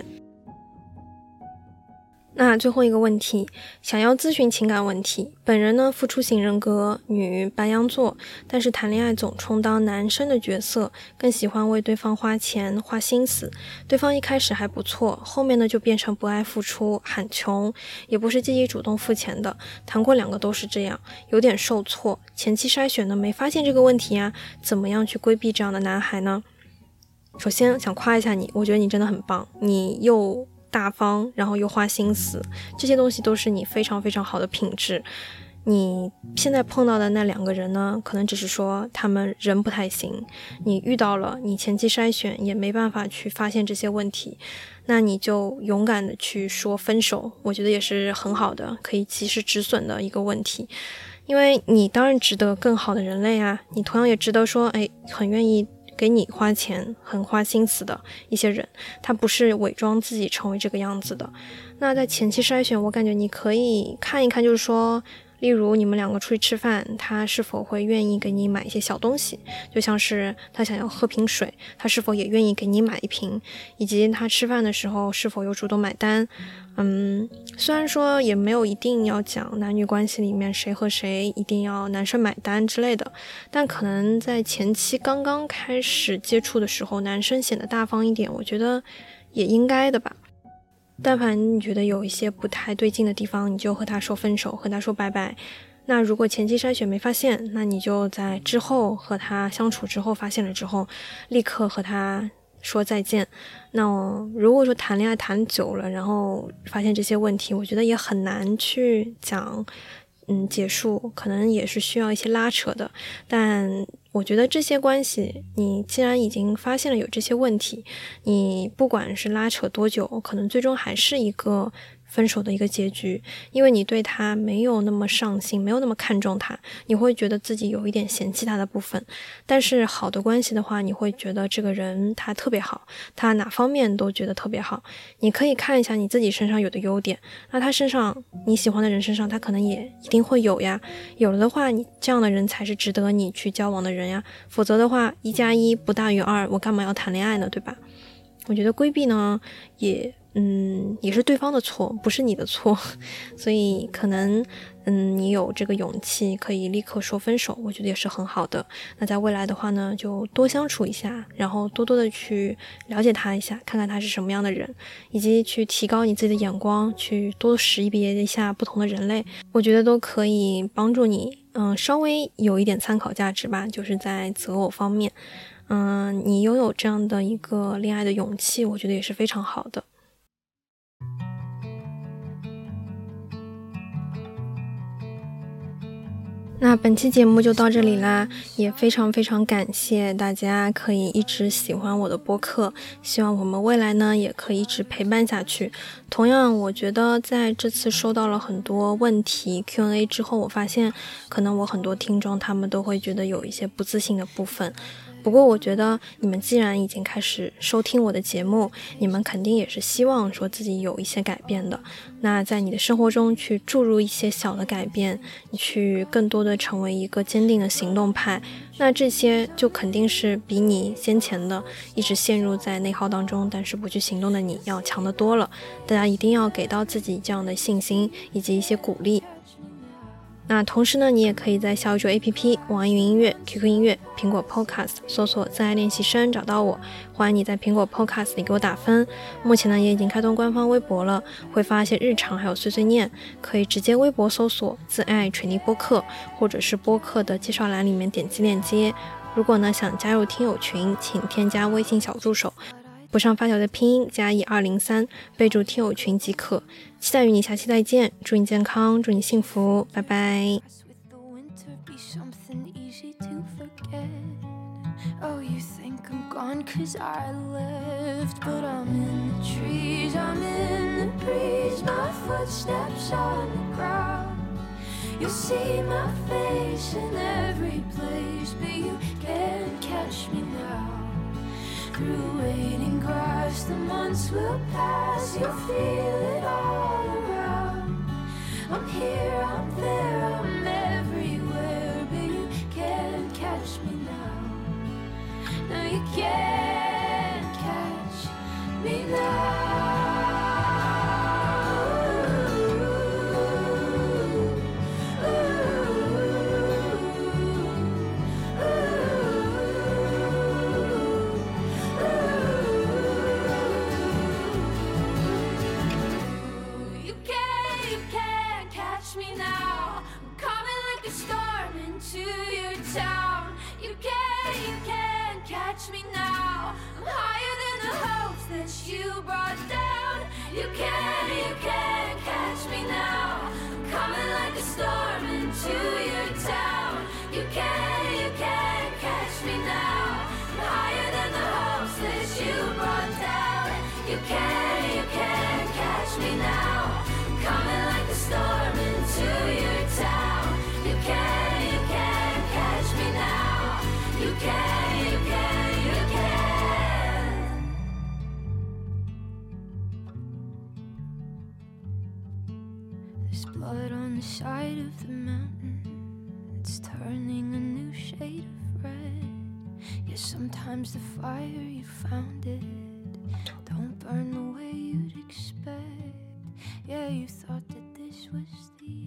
那最后一个问题，想要咨询情感问题。本人呢，付出型人格，女，白羊座，但是谈恋爱总充当男生的角色，更喜欢为对方花钱花心思。对方一开始还不错，后面呢就变成不爱付出，很穷，也不是积极主动付钱的。谈过两个都是这样，有点受挫。前期筛选呢没发现这个问题啊，怎么样去规避这样的男孩呢？首先想夸一下你，我觉得你真的很棒，你又大方，然后又花心思，这些东西都是你非常非常好的品质。你现在碰到的那两个人呢，可能只是说他们人不太行，你遇到了，你前期筛选也没办法去发现这些问题，那你就勇敢的去说分手，我觉得也是很好的，可以及时止损的一个问题。因为你当然值得更好的人类啊，你同样也值得说，哎，很愿意给你花钱，很花心思的一些人，他不是伪装自己成为这个样子的。那在前期筛选，我感觉你可以看一看，就是说例如你们两个出去吃饭，他是否会愿意给你买一些小东西，就像是他想要喝瓶水，他是否也愿意给你买一瓶，以及他吃饭的时候是否有主动买单。嗯，虽然说也没有一定要讲男女关系里面谁和谁一定要男生买单之类的，但可能在前期刚刚开始接触的时候，男生显得大方一点，我觉得也应该的吧。但凡你觉得有一些不太对劲的地方，你就和他说分手，和他说拜拜。那如果前期筛选没发现，那你就在之后和他相处之后发现了之后，立刻和他说再见。那如果说谈恋爱谈久了，然后发现这些问题，我觉得也很难去讲嗯结束，可能也是需要一些拉扯的。但我觉得这些关系，你既然已经发现了有这些问题，你不管是拉扯多久，可能最终还是一个分手的一个结局，因为你对他没有那么上心，没有那么看重他，你会觉得自己有一点嫌弃他的部分。但是好的关系的话，你会觉得这个人他特别好，他哪方面都觉得特别好。你可以看一下你自己身上有的优点，那他身上，你喜欢的人身上他可能也一定会有呀，有了的话，你这样的人才是值得你去交往的人呀，否则的话一加一不大于二，我干嘛要谈恋爱呢，对吧？我觉得规避呢也嗯，也是对方的错，不是你的错，所以可能嗯，你有这个勇气可以立刻说分手，我觉得也是很好的。那在未来的话呢，就多相处一下，然后多多的去了解他一下，看看他是什么样的人，以及去提高你自己的眼光，去多识别一下不同的人类，我觉得都可以帮助你嗯，稍微有一点参考价值吧，就是在择偶方面。嗯，你拥有这样的一个恋爱的勇气，我觉得也是非常好的。那本期节目就到这里啦，也非常非常感谢大家可以一直喜欢我的播客，希望我们未来呢也可以一直陪伴下去。同样，我觉得在这次收到了很多问题 Q and A 之后，我发现可能我很多听众他们都会觉得有一些不自信的部分。不过我觉得你们既然已经开始收听我的节目，你们肯定也是希望说自己有一些改变的。那在你的生活中去注入一些小的改变，你去更多的成为一个坚定的行动派，那这些就肯定是比你先前的一直陷入在内耗当中但是不去行动的你要强得多了。大家一定要给到自己这样的信心以及一些鼓励。那同时呢，你也可以在小宇宙 A P P、网易云音乐、Q Q 音乐、苹果 Podcast 搜索自爱练习生找到我。欢迎你在苹果 Podcast 里给我打分。目前呢也已经开通官方微博了，会发一些日常还有碎碎念，可以直接微博搜索自爱锤泥播客，或者是播客的介绍栏里面点击链接。如果呢想加入听友群，请添加微信小助手，不上发条的拼音加一二零三，备注听友群即可。期待与你下期再见，祝你健康，祝你幸福，拜拜。Oh, you think I'm gone 'cause I left, but I'm in the trees, I'm in the breeze, my footsteps on the ground. You'll see my face in every place, but you can't catch me now. Through waiting grass, the months will pass, you'll feel it all around. I'm here, I'm there, I'm everywhere, but you can't catch me now. No, you can't catch me now. You can't, you can't catch me now. I'm coming like a storm into your town. You can't, you can't catch me now. I'm higher than the hopes that you brought down. You can't, you can't catch me now. I'm coming like a storm into your town. You can't, you can't catch me now. I'm higher than the hopes that you brought down. You can't, you can't catch me now. I'm coming like a storm into your town. You can't, you can't catch me now. You can, you can, you can. There's blood on the side of the mountain. It's turning a new shade of red. Yeah, sometimes the fire you found it don't burn the way you'd expect. Yeah, you thought that this was the